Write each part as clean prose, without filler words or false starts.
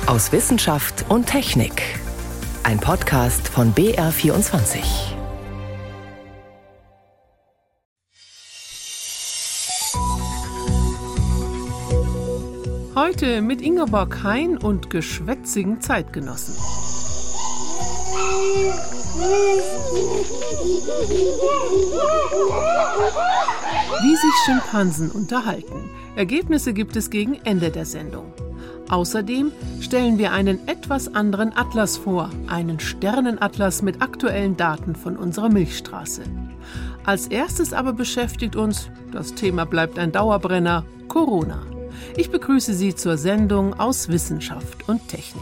Aus Wissenschaft und Technik. Ein Podcast von BR24. Heute mit Ingeborg Hein und geschwätzigen Zeitgenossen. Wie sich Schimpansen unterhalten. Ergebnisse gibt es gegen Ende der Sendung. Außerdem stellen wir einen etwas anderen Atlas vor, einen Sternenatlas mit aktuellen Daten von unserer Milchstraße. Als erstes aber beschäftigt uns, das Thema bleibt ein Dauerbrenner, Corona. Ich begrüße Sie zur Sendung aus Wissenschaft und Technik.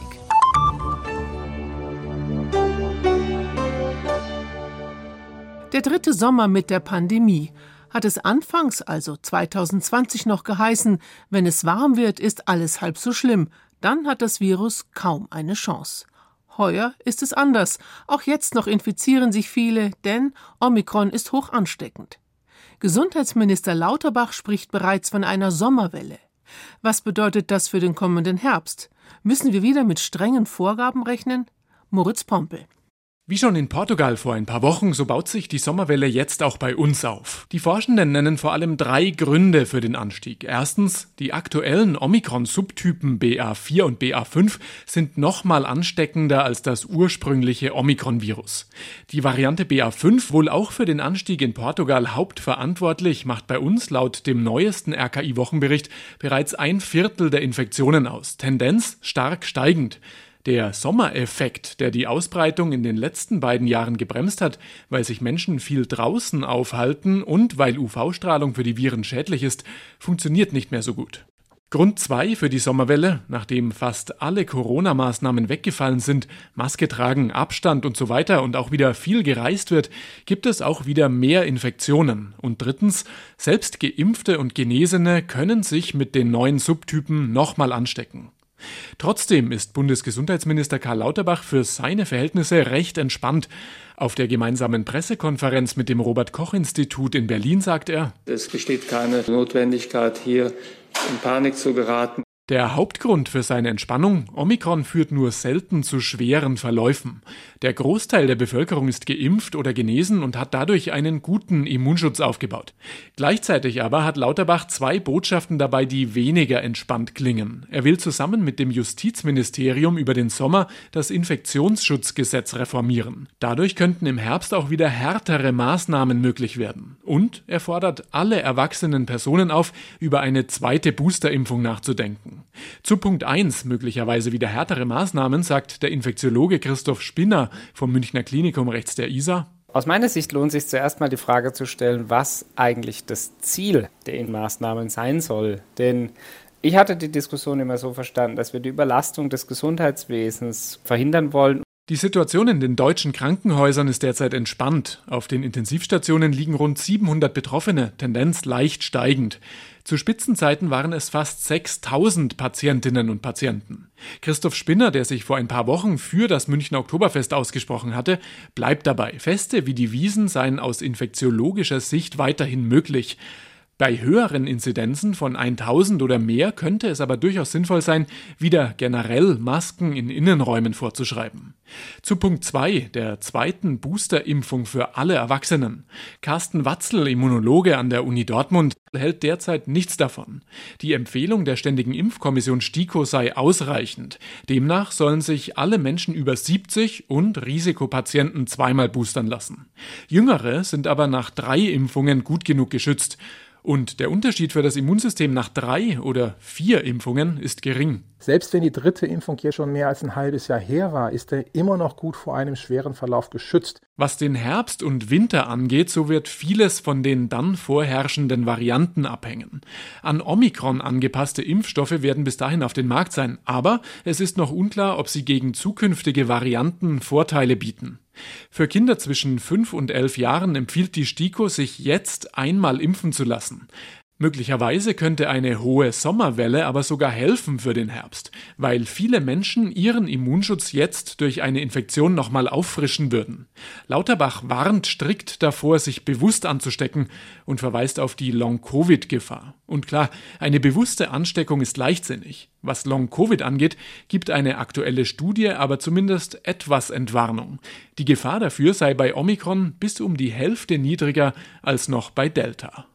Der dritte Sommer mit der Pandemie. Hat es anfangs, also 2020, noch geheißen, wenn es warm wird, ist alles halb so schlimm. Dann hat das Virus kaum eine Chance. Heuer ist es anders. Auch jetzt noch infizieren sich viele, denn Omikron ist hoch ansteckend. Gesundheitsminister Lauterbach spricht bereits von einer Sommerwelle. Was bedeutet das für den kommenden Herbst? Müssen wir wieder mit strengen Vorgaben rechnen? Moritz Pompel. Wie schon in Portugal vor ein paar Wochen, so baut sich die Sommerwelle jetzt auch bei uns auf. Die Forschenden nennen vor allem 3 Gründe für den Anstieg. Erstens, die aktuellen Omikron-Subtypen BA4 und BA5 sind nochmal ansteckender als das ursprüngliche Omikron-Virus. Die Variante BA5, wohl auch für den Anstieg in Portugal hauptverantwortlich, macht bei uns laut dem neuesten RKI-Wochenbericht bereits 1/4 der Infektionen aus. Tendenz stark steigend. Der Sommereffekt, der die Ausbreitung in den letzten beiden Jahren gebremst hat, weil sich Menschen viel draußen aufhalten und weil UV-Strahlung für die Viren schädlich ist, funktioniert nicht mehr so gut. Grund 2 für die Sommerwelle, nachdem fast alle Corona-Maßnahmen weggefallen sind, Maske tragen, Abstand und so weiter und auch wieder viel gereist wird, gibt es auch wieder mehr Infektionen. Und drittens, selbst Geimpfte und Genesene können sich mit den neuen Subtypen nochmal anstecken. Trotzdem ist Bundesgesundheitsminister Karl Lauterbach für seine Verhältnisse recht entspannt. Auf der gemeinsamen Pressekonferenz mit dem Robert-Koch-Institut in Berlin sagt er: Es besteht keine Notwendigkeit, hier in Panik zu geraten. Der Hauptgrund für seine Entspannung: Omikron führt nur selten zu schweren Verläufen. Der Großteil der Bevölkerung ist geimpft oder genesen und hat dadurch einen guten Immunschutz aufgebaut. Gleichzeitig aber hat Lauterbach 2 Botschaften dabei, die weniger entspannt klingen. Er will zusammen mit dem Justizministerium über den Sommer das Infektionsschutzgesetz reformieren. Dadurch könnten im Herbst auch wieder härtere Maßnahmen möglich werden. Und er fordert alle erwachsenen Personen auf, über eine zweite Boosterimpfung nachzudenken. Zu Punkt 1, möglicherweise wieder härtere Maßnahmen, sagt der Infektiologe Christoph Spinner vom Münchner Klinikum rechts der Isar: Aus meiner Sicht lohnt sich zuerst mal die Frage zu stellen, was eigentlich das Ziel der Maßnahmen sein soll. Denn ich hatte die Diskussion immer so verstanden, dass wir die Überlastung des Gesundheitswesens verhindern wollen. Die Situation in den deutschen Krankenhäusern ist derzeit entspannt. Auf den Intensivstationen liegen rund 700 Betroffene, Tendenz leicht steigend. Zu Spitzenzeiten waren es fast 6.000 Patientinnen und Patienten. Christoph Spinner, der sich vor ein paar Wochen für das Münchner Oktoberfest ausgesprochen hatte, bleibt dabei. Feste wie die Wiesn seien aus infektiologischer Sicht weiterhin möglich. Bei höheren Inzidenzen von 1000 oder mehr könnte es aber durchaus sinnvoll sein, wieder generell Masken in Innenräumen vorzuschreiben. Zu Punkt 2, der zweiten Boosterimpfung für alle Erwachsenen. Carsten Watzl, Immunologe an der Uni Dortmund, hält derzeit nichts davon. Die Empfehlung der Ständigen Impfkommission STIKO sei ausreichend. Demnach sollen sich alle Menschen über 70 und Risikopatienten zweimal boostern lassen. Jüngere sind aber nach 3 Impfungen gut genug geschützt. Und der Unterschied für das Immunsystem nach 3 oder 4 Impfungen ist gering. Selbst wenn die 3. Impfung hier schon mehr als ein halbes Jahr her war, ist er immer noch gut vor einem schweren Verlauf geschützt. Was den Herbst und Winter angeht, so wird vieles von den dann vorherrschenden Varianten abhängen. An Omikron angepasste Impfstoffe werden bis dahin auf den Markt sein, aber es ist noch unklar, ob sie gegen zukünftige Varianten Vorteile bieten. Für Kinder zwischen 5 und 11 Jahren empfiehlt die STIKO, sich jetzt einmal impfen zu lassen. Möglicherweise könnte eine hohe Sommerwelle aber sogar helfen für den Herbst, weil viele Menschen ihren Immunschutz jetzt durch eine Infektion nochmal auffrischen würden. Lauterbach warnt strikt davor, sich bewusst anzustecken und verweist auf die Long-Covid-Gefahr. Und klar, eine bewusste Ansteckung ist leichtsinnig. Was Long-Covid angeht, gibt eine aktuelle Studie aber zumindest etwas Entwarnung. Die Gefahr dafür sei bei Omikron bis um die Hälfte niedriger als noch bei Delta.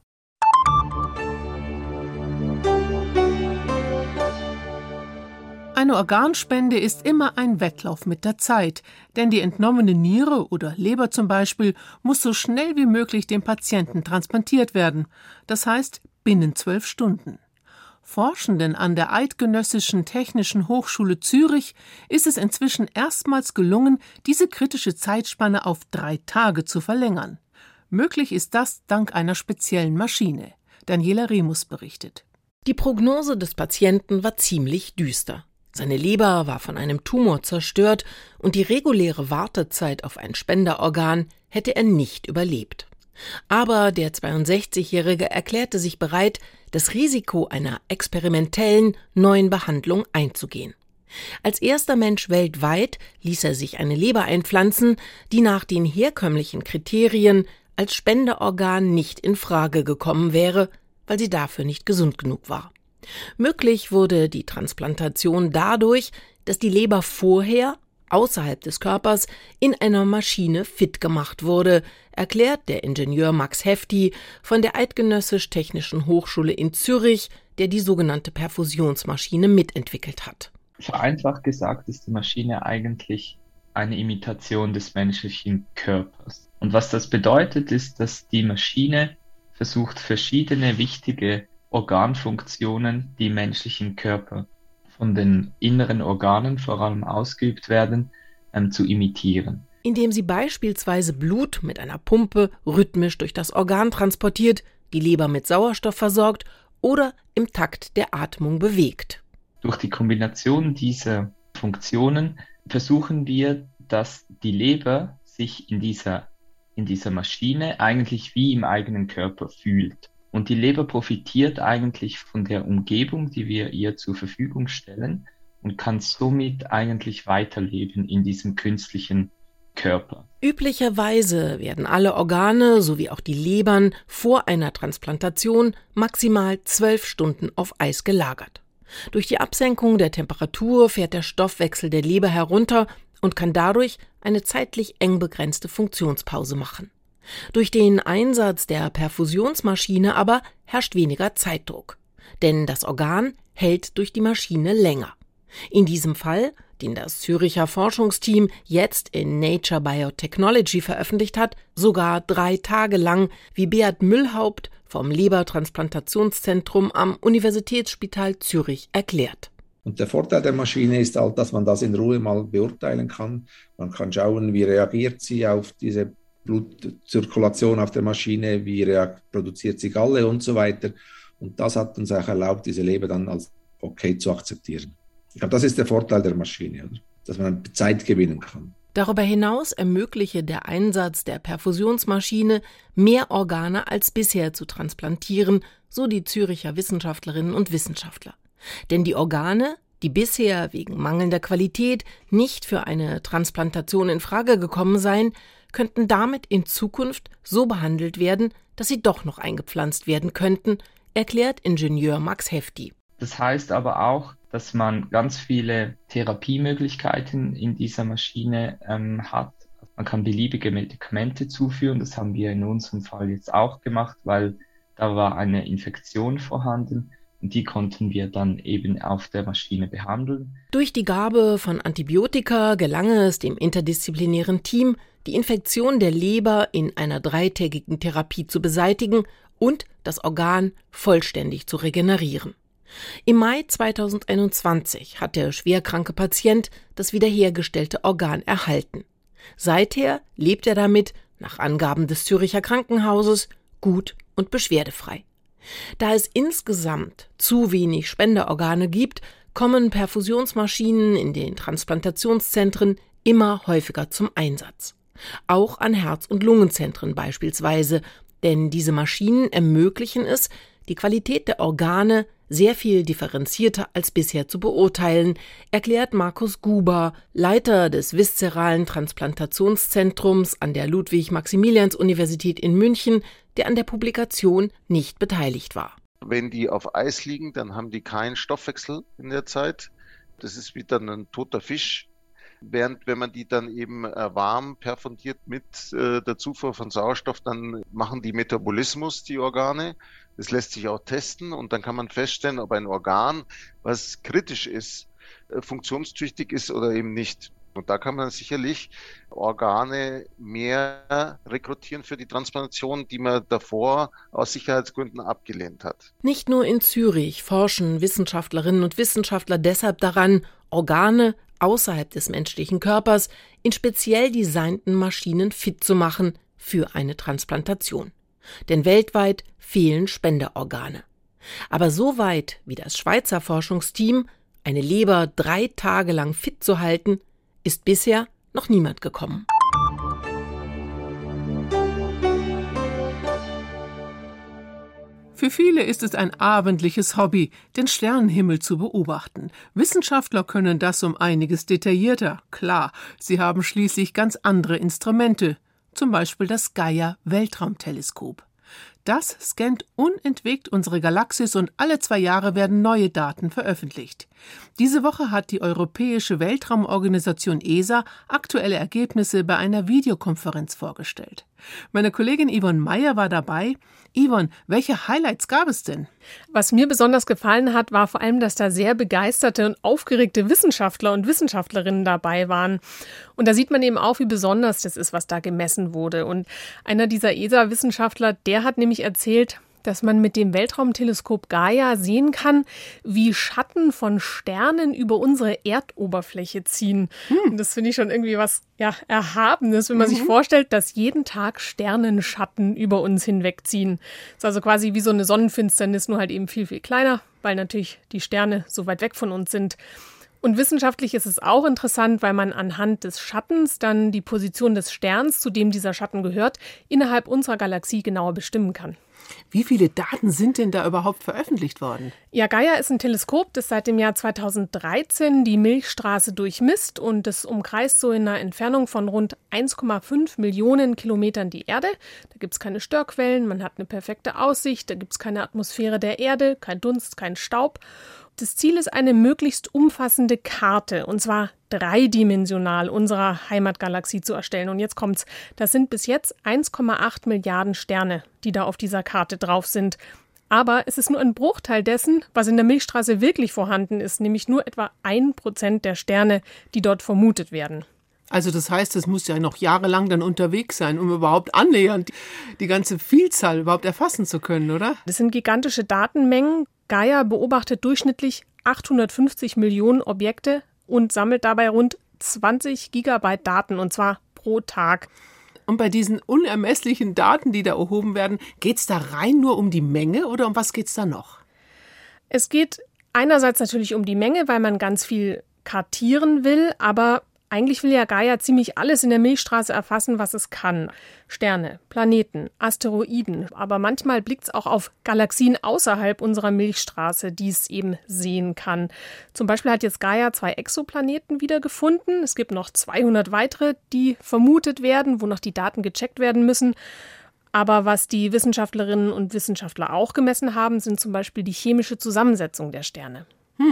Eine Organspende ist immer ein Wettlauf mit der Zeit, denn die entnommene Niere oder Leber zum Beispiel muss so schnell wie möglich dem Patienten transplantiert werden, das heißt binnen 12 Stunden. Forschenden an der Eidgenössischen Technischen Hochschule Zürich ist es inzwischen erstmals gelungen, diese kritische Zeitspanne auf 3 Tage zu verlängern. Möglich ist das dank einer speziellen Maschine. Daniela Remus berichtet. Die Prognose des Patienten war ziemlich düster. Seine Leber war von einem Tumor zerstört und die reguläre Wartezeit auf ein Spenderorgan hätte er nicht überlebt. Aber der 62-Jährige erklärte sich bereit, das Risiko einer experimentellen neuen Behandlung einzugehen. Als erster Mensch weltweit ließ er sich eine Leber einpflanzen, die nach den herkömmlichen Kriterien als Spenderorgan nicht in Frage gekommen wäre, weil sie dafür nicht gesund genug war. Möglich wurde die Transplantation dadurch, dass die Leber vorher, außerhalb des Körpers, in einer Maschine fit gemacht wurde, erklärt der Ingenieur Max Hefti von der Eidgenössisch-Technischen Hochschule in Zürich, der die sogenannte Perfusionsmaschine mitentwickelt hat. Vereinfacht gesagt ist die Maschine eigentlich eine Imitation des menschlichen Körpers. Und was das bedeutet, ist, dass die Maschine versucht, verschiedene wichtige Organfunktionen, die im menschlichen Körper von den inneren Organen vor allem ausgeübt werden, zu imitieren. Indem sie beispielsweise Blut mit einer Pumpe rhythmisch durch das Organ transportiert, die Leber mit Sauerstoff versorgt oder im Takt der Atmung bewegt. Durch die Kombination dieser Funktionen versuchen wir, dass die Leber sich in dieser Maschine eigentlich wie im eigenen Körper fühlt. Und die Leber profitiert eigentlich von der Umgebung, die wir ihr zur Verfügung stellen und kann somit eigentlich weiterleben in diesem künstlichen Körper. Üblicherweise werden alle Organe sowie auch die Lebern vor einer Transplantation maximal 12 Stunden auf Eis gelagert. Durch die Absenkung der Temperatur fährt der Stoffwechsel der Leber herunter und kann dadurch eine zeitlich eng begrenzte Funktionspause machen. Durch den Einsatz der Perfusionsmaschine aber herrscht weniger Zeitdruck, denn das Organ hält durch die Maschine länger. In diesem Fall, den das Züricher Forschungsteam jetzt in Nature Biotechnology veröffentlicht hat, sogar 3 Tage lang, wie Beat Mühlhaupt vom Lebertransplantationszentrum am Universitätsspital Zürich erklärt. Und der Vorteil der Maschine ist halt, dass man das in Ruhe mal beurteilen kann. Man kann schauen, wie reagiert sie auf diese Blutzirkulation auf der Maschine, wie produziert sie Galle und so weiter. Und das hat uns auch erlaubt, diese Leber dann als okay zu akzeptieren. Ich glaube, das ist der Vorteil der Maschine, oder? Dass man Zeit gewinnen kann. Darüber hinaus ermögliche der Einsatz der Perfusionsmaschine, mehr Organe als bisher zu transplantieren, so die Züricher Wissenschaftlerinnen und Wissenschaftler. Denn die Organe, die bisher wegen mangelnder Qualität nicht für eine Transplantation in Frage gekommen seien, könnten damit in Zukunft so behandelt werden, dass sie doch noch eingepflanzt werden könnten, erklärt Ingenieur Max Hefti. Das heißt aber auch, dass man ganz viele Therapiemöglichkeiten in dieser Maschine hat. Man kann beliebige Medikamente zuführen, das haben wir in unserem Fall jetzt auch gemacht, weil da war eine Infektion vorhanden. Und die konnten wir dann eben auf der Maschine behandeln. Durch die Gabe von Antibiotika gelang es dem interdisziplinären Team, die Infektion der Leber in einer 3-tägigen Therapie zu beseitigen und das Organ vollständig zu regenerieren. Im Mai 2021 hat der schwerkranke Patient das wiederhergestellte Organ erhalten. Seither lebt er damit, nach Angaben des Züricher Krankenhauses, gut und beschwerdefrei. Da es insgesamt zu wenig Spenderorgane gibt, kommen Perfusionsmaschinen in den Transplantationszentren immer häufiger zum Einsatz. Auch an Herz- und Lungenzentren beispielsweise, denn diese Maschinen ermöglichen es, die Qualität der Organe sehr viel differenzierter als bisher zu beurteilen, erklärt Markus Guber, Leiter des viszeralen Transplantationszentrums an der Ludwig-Maximilians-Universität in München, der an der Publikation nicht beteiligt war. Wenn die auf Eis liegen, dann haben die keinen Stoffwechsel in der Zeit. Das ist wie dann ein toter Fisch. Während wenn man die dann eben warm perfundiert mit der Zufuhr von Sauerstoff, dann machen die Metabolismus, die Organe. Das lässt sich auch testen und dann kann man feststellen, ob ein Organ, was kritisch ist, funktionstüchtig ist oder eben nicht. Und da kann man sicherlich Organe mehr rekrutieren für die Transplantation, die man davor aus Sicherheitsgründen abgelehnt hat. Nicht nur in Zürich forschen Wissenschaftlerinnen und Wissenschaftler deshalb daran, Organe außerhalb des menschlichen Körpers in speziell designten Maschinen fit zu machen für eine Transplantation. Denn weltweit fehlen Spenderorgane. Aber so weit wie das Schweizer Forschungsteam, eine Leber 3 Tage lang fit zu halten, ist bisher noch niemand gekommen. Für viele ist es ein abendliches Hobby, den Sternenhimmel zu beobachten. Wissenschaftler können das um einiges detaillierter. Klar, sie haben schließlich ganz andere Instrumente, zum Beispiel das Gaia-Weltraumteleskop. Das scannt unentwegt unsere Galaxis und alle 2 Jahre werden neue Daten veröffentlicht. Diese Woche hat die Europäische Weltraumorganisation ESA aktuelle Ergebnisse bei einer Videokonferenz vorgestellt. Meine Kollegin Yvonne Meyer war dabei. Yvonne, welche Highlights gab es denn? Was mir besonders gefallen hat, war vor allem, dass da sehr begeisterte und aufgeregte Wissenschaftler und Wissenschaftlerinnen dabei waren. Und da sieht man eben auch, wie besonders das ist, was da gemessen wurde. Und einer dieser ESA-Wissenschaftler, der hat nämlich erzählt, dass man mit dem Weltraumteleskop Gaia sehen kann, wie Schatten von Sternen über unsere Erdoberfläche ziehen. Und das finde ich schon irgendwie was Erhabenes, wenn man sich vorstellt, dass jeden Tag Sternenschatten über uns hinwegziehen. Das ist also quasi wie so eine Sonnenfinsternis, nur halt eben viel, viel kleiner, weil natürlich die Sterne so weit weg von uns sind. Und wissenschaftlich ist es auch interessant, weil man anhand des Schattens dann die Position des Sterns, zu dem dieser Schatten gehört, innerhalb unserer Galaxie genauer bestimmen kann. Wie viele Daten sind denn da überhaupt veröffentlicht worden? Ja, Gaia ist ein Teleskop, das seit dem Jahr 2013 die Milchstraße durchmisst und das umkreist so in einer Entfernung von rund 1,5 Millionen Kilometern die Erde. Da gibt es keine Störquellen, man hat eine perfekte Aussicht, da gibt es keine Atmosphäre der Erde, kein Dunst, kein Staub. Das Ziel ist eine möglichst umfassende Karte, und zwar dreidimensional unserer Heimatgalaxie zu erstellen. Und jetzt kommt's, das sind bis jetzt 1,8 Milliarden Sterne, die da auf dieser Karte drauf sind. Aber es ist nur ein Bruchteil dessen, was in der Milchstraße wirklich vorhanden ist, nämlich nur etwa 1% der Sterne, die dort vermutet werden. Also das heißt, es muss ja noch jahrelang dann unterwegs sein, um überhaupt annähernd die ganze Vielzahl überhaupt erfassen zu können, oder? Das sind gigantische Datenmengen. Gaia beobachtet durchschnittlich 850 Millionen Objekte und sammelt dabei rund 20 Gigabyte Daten, und zwar pro Tag. Und bei diesen unermesslichen Daten, die da erhoben werden, geht es da rein nur um die Menge oder um was geht es da noch? Es geht einerseits natürlich um die Menge, weil man ganz viel kartieren will, aber eigentlich will ja Gaia ziemlich alles in der Milchstraße erfassen, was es kann. Sterne, Planeten, Asteroiden. Aber manchmal blickt es auch auf Galaxien außerhalb unserer Milchstraße, die es eben sehen kann. Zum Beispiel hat jetzt Gaia 2 Exoplaneten wiedergefunden. Es gibt noch 200 weitere, die vermutet werden, wo noch die Daten gecheckt werden müssen. Aber was die Wissenschaftlerinnen und Wissenschaftler auch gemessen haben, sind zum Beispiel die chemische Zusammensetzung der Sterne.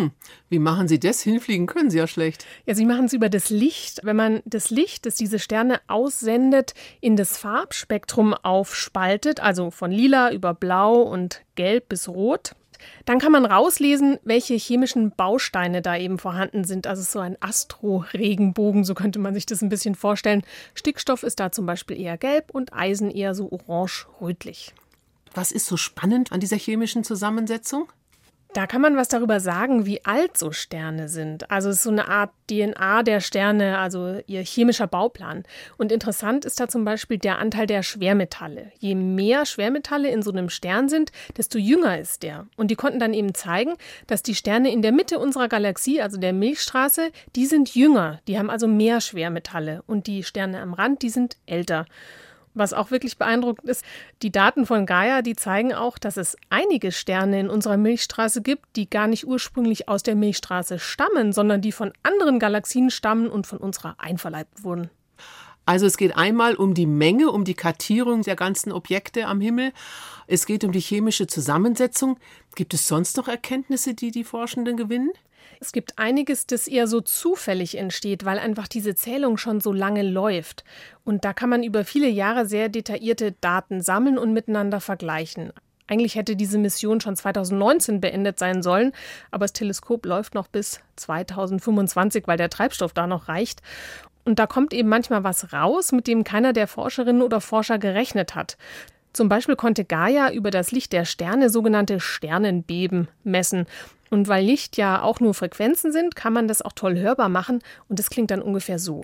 Wie machen Sie das? Hinfliegen können Sie ja schlecht. Ja, Sie machen es über das Licht. Wenn man das Licht, das diese Sterne aussendet, in das Farbspektrum aufspaltet, also von lila über blau und gelb bis rot, dann kann man rauslesen, welche chemischen Bausteine da eben vorhanden sind. Also so ein Astro-Regenbogen, so könnte man sich das ein bisschen vorstellen. Stickstoff ist da zum Beispiel eher gelb und Eisen eher so orange-rötlich. Was ist so spannend an dieser chemischen Zusammensetzung? Da kann man was darüber sagen, wie alt so Sterne sind. Also es ist so eine Art DNA der Sterne, also ihr chemischer Bauplan. Und interessant ist da zum Beispiel der Anteil der Schwermetalle. Je mehr Schwermetalle in so einem Stern sind, desto jünger ist der. Und die konnten dann eben zeigen, dass die Sterne in der Mitte unserer Galaxie, also der Milchstraße, die sind jünger. Die haben also mehr Schwermetalle. Und die Sterne am Rand, die sind älter. Was auch wirklich beeindruckend ist, die Daten von Gaia, die zeigen auch, dass es einige Sterne in unserer Milchstraße gibt, die gar nicht ursprünglich aus der Milchstraße stammen, sondern die von anderen Galaxien stammen und von unserer einverleibt wurden. Also es geht einmal um die Menge, um die Kartierung der ganzen Objekte am Himmel. Es geht um die chemische Zusammensetzung. Gibt es sonst noch Erkenntnisse, die die Forschenden gewinnen? Es gibt einiges, das eher so zufällig entsteht, weil einfach diese Zählung schon so lange läuft. Und da kann man über viele Jahre sehr detaillierte Daten sammeln und miteinander vergleichen. Eigentlich hätte diese Mission schon 2019 beendet sein sollen, aber das Teleskop läuft noch bis 2025, weil der Treibstoff da noch reicht. Und da kommt eben manchmal was raus, mit dem keiner der Forscherinnen oder Forscher gerechnet hat. Zum Beispiel konnte Gaia über das Licht der Sterne sogenannte Sternenbeben messen. Und weil Licht ja auch nur Frequenzen sind, kann man das auch toll hörbar machen. Und das klingt dann ungefähr so.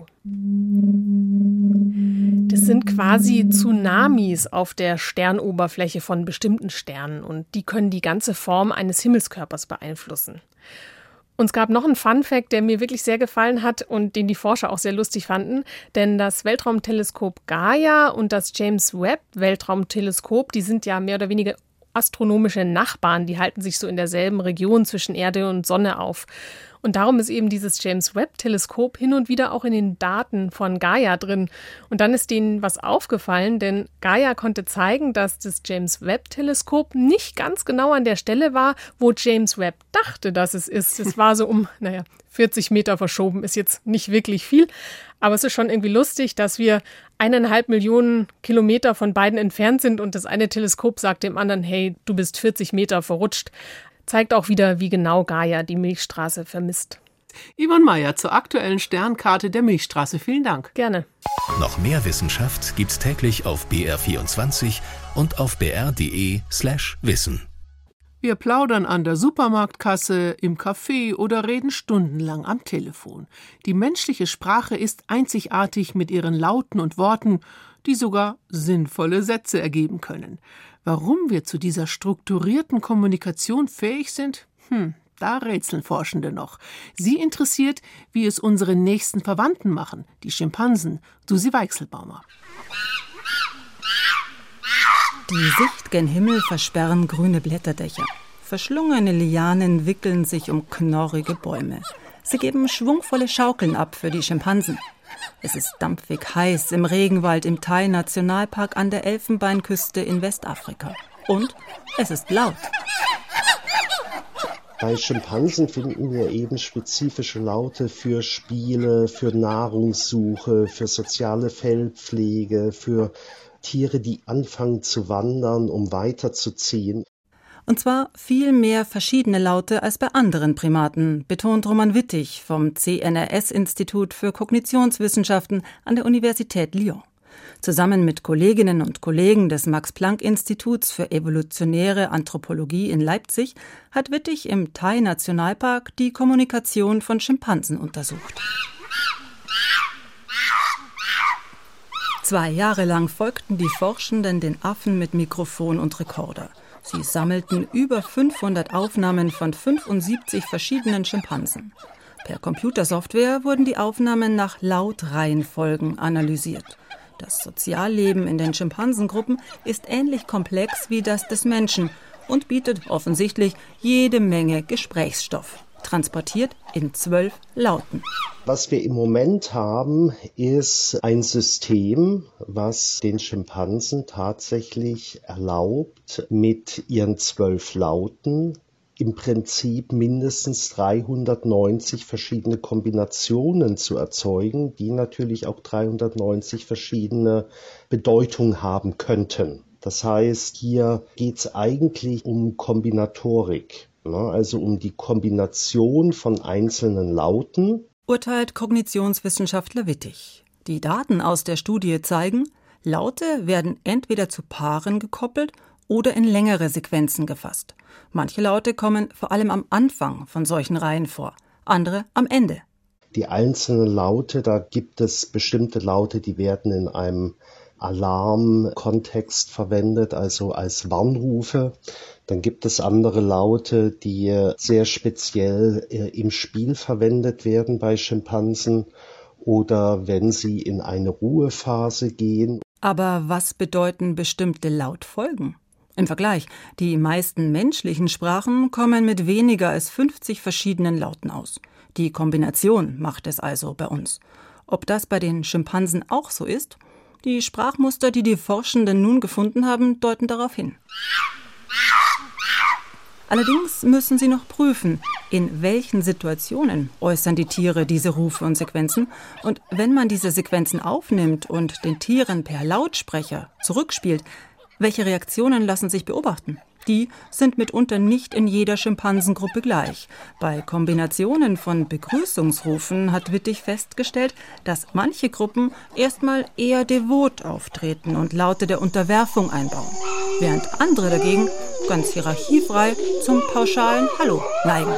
Das sind quasi Tsunamis auf der Sternoberfläche von bestimmten Sternen. Und die können die ganze Form eines Himmelskörpers beeinflussen. Und es gab noch einen Fun-Fact, der mir wirklich sehr gefallen hat und den die Forscher auch sehr lustig fanden. Denn das Weltraumteleskop Gaia und das James-Webb-Weltraumteleskop, die sind ja mehr oder weniger astronomische Nachbarn. Die halten sich so in derselben Region zwischen Erde und Sonne auf. Und darum ist eben dieses James-Webb-Teleskop hin und wieder auch in den Daten von Gaia drin. Und dann ist denen was aufgefallen, denn Gaia konnte zeigen, dass das James-Webb-Teleskop nicht ganz genau an der Stelle war, wo James Webb dachte, dass es ist. Es war so 40 Meter verschoben, ist jetzt nicht wirklich viel. Aber es ist schon irgendwie lustig, dass wir 1,5 Millionen Kilometer von beiden entfernt sind und das eine Teleskop sagt dem anderen, hey, du bist 40 Meter verrutscht. Zeigt auch wieder, wie genau Gaia die Milchstraße vermisst. Yvonne Meyer zur aktuellen Sternkarte der Milchstraße. Vielen Dank. Gerne. Noch mehr Wissenschaft gibt's täglich auf BR24 und auf br.de/wissen. Wir plaudern an der Supermarktkasse, im Café oder reden stundenlang am Telefon. Die menschliche Sprache ist einzigartig mit ihren Lauten und Worten, die sogar sinnvolle Sätze ergeben können. Warum wir zu dieser strukturierten Kommunikation fähig sind? Da rätseln Forschende noch. Sie interessiert, wie es unsere nächsten Verwandten machen, die Schimpansen. Susi Weichselbaumer. Die Sicht gen Himmel versperren grüne Blätterdächer. Verschlungene Lianen wickeln sich um knorrige Bäume. Sie geben schwungvolle Schaukeln ab für die Schimpansen. Es ist dampfig heiß im Regenwald im Tai-Nationalpark an der Elfenbeinküste in Westafrika. Und es ist laut. Bei Schimpansen finden wir eben spezifische Laute für Spiele, für Nahrungssuche, für soziale Fellpflege, für Tiere, die anfangen zu wandern, um weiterzuziehen. Und zwar viel mehr verschiedene Laute als bei anderen Primaten, betont Roman Wittig vom CNRS-Institut für Kognitionswissenschaften an der Universität Lyon. Zusammen mit Kolleginnen und Kollegen des Max-Planck-Instituts für evolutionäre Anthropologie in Leipzig hat Wittig im Tai-Nationalpark die Kommunikation von Schimpansen untersucht. 2 Jahre lang folgten die Forschenden den Affen mit Mikrofon und Rekorder. Sie sammelten über 500 Aufnahmen von 75 verschiedenen Schimpansen. Per Computersoftware wurden die Aufnahmen nach Lautreihenfolgen analysiert. Das Sozialleben in den Schimpansengruppen ist ähnlich komplex wie das des Menschen und bietet offensichtlich jede Menge Gesprächsstoff, transportiert in 12 Lauten. Was wir im Moment haben, ist ein System, was den Schimpansen tatsächlich erlaubt, mit ihren 12 Lauten im Prinzip mindestens 390 verschiedene Kombinationen zu erzeugen, die natürlich auch 390 verschiedene Bedeutungen haben könnten. Das heißt, hier geht es eigentlich um Kombinatorik, also um die Kombination von einzelnen Lauten. Urteilt Kognitionswissenschaftler Wittig. Die Daten aus der Studie zeigen, Laute werden entweder zu Paaren gekoppelt oder in längere Sequenzen gefasst. Manche Laute kommen vor allem am Anfang von solchen Reihen vor, andere am Ende. Die einzelnen Laute, da gibt es bestimmte Laute, die werden in einem Alarmkontext verwendet, also als Warnrufe. Dann gibt es andere Laute, die sehr speziell im Spiel verwendet werden bei Schimpansen oder wenn sie in eine Ruhephase gehen. Aber was bedeuten bestimmte Lautfolgen? Im Vergleich, die meisten menschlichen Sprachen kommen mit weniger als 50 verschiedenen Lauten aus. Die Kombination macht es also bei uns. Ob das bei den Schimpansen auch so ist? Die Sprachmuster, die die Forschenden nun gefunden haben, deuten darauf hin. Allerdings müssen sie noch prüfen, in welchen Situationen äußern die Tiere diese Rufe und Sequenzen. Und wenn man diese Sequenzen aufnimmt und den Tieren per Lautsprecher zurückspielt, welche Reaktionen lassen sich beobachten? Die sind mitunter nicht in jeder Schimpansengruppe gleich. Bei Kombinationen von Begrüßungsrufen hat Wittig festgestellt, dass manche Gruppen erstmal eher devot auftreten und Laute der Unterwerfung einbauen, während andere dagegen ganz hierarchiefrei zum pauschalen Hallo neigen.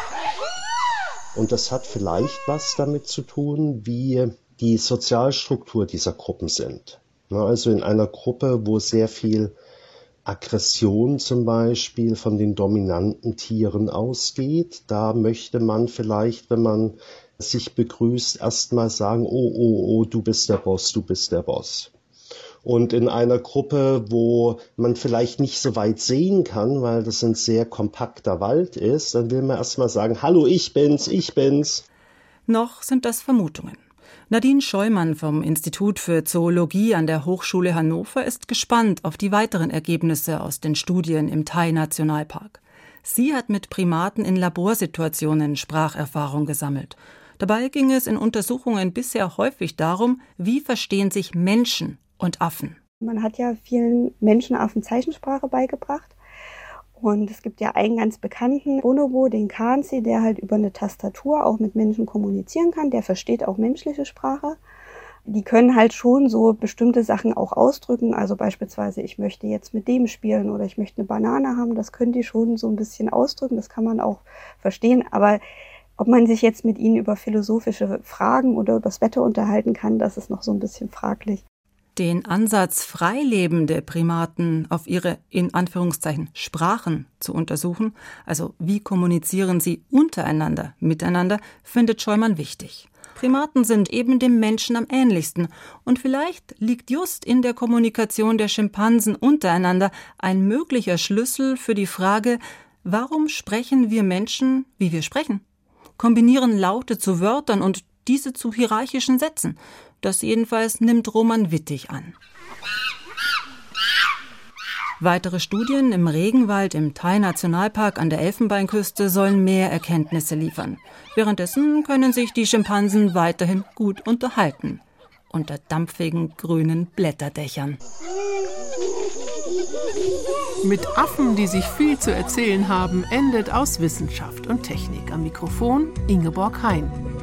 Und das hat vielleicht was damit zu tun, wie die Sozialstruktur dieser Gruppen sind. Also in einer Gruppe, wo sehr viel Aggression zum Beispiel von den dominanten Tieren ausgeht, da möchte man vielleicht, wenn man sich begrüßt, erstmal sagen, oh, du bist der Boss, du bist der Boss. Und in einer Gruppe, wo man vielleicht nicht so weit sehen kann, weil das ein sehr kompakter Wald ist, dann will man erstmal sagen, hallo, ich bin's. Noch sind das Vermutungen. Nadine Scheumann vom Institut für Zoologie an der Hochschule Hannover ist gespannt auf die weiteren Ergebnisse aus den Studien im Thai-Nationalpark. Sie hat mit Primaten in Laborsituationen Spracherfahrung gesammelt. Dabei ging es in Untersuchungen bisher häufig darum, wie verstehen sich Menschen und Affen. Man hat ja vielen Menschenaffen Zeichensprache beigebracht. Und es gibt ja einen ganz bekannten Bonobo, den Kanzi, der halt über eine Tastatur auch mit Menschen kommunizieren kann. Der versteht auch menschliche Sprache. Die können halt schon so bestimmte Sachen auch ausdrücken. Also beispielsweise, ich möchte jetzt mit dem spielen oder ich möchte eine Banane haben. Das können die schon so ein bisschen ausdrücken. Das kann man auch verstehen. Aber ob man sich jetzt mit ihnen über philosophische Fragen oder über das Wetter unterhalten kann, das ist noch so ein bisschen fraglich. Den Ansatz, freilebende Primaten auf ihre, in Anführungszeichen, Sprachen zu untersuchen, also wie kommunizieren sie untereinander, miteinander, findet Scheumann wichtig. Primaten sind eben dem Menschen am ähnlichsten und vielleicht liegt just in der Kommunikation der Schimpansen untereinander ein möglicher Schlüssel für die Frage, warum sprechen wir Menschen, wie wir sprechen? Kombinieren Laute zu Wörtern und diese zu hierarchischen Sätzen. Das jedenfalls nimmt Roman Wittig an. Weitere Studien im Regenwald im Thai-Nationalpark an der Elfenbeinküste sollen mehr Erkenntnisse liefern. Währenddessen können sich die Schimpansen weiterhin gut unterhalten. Unter dampfigen grünen Blätterdächern. Mit Affen, die sich viel zu erzählen haben, endet Aus Wissenschaft und Technik. Am Mikrofon Ingeborg Hein.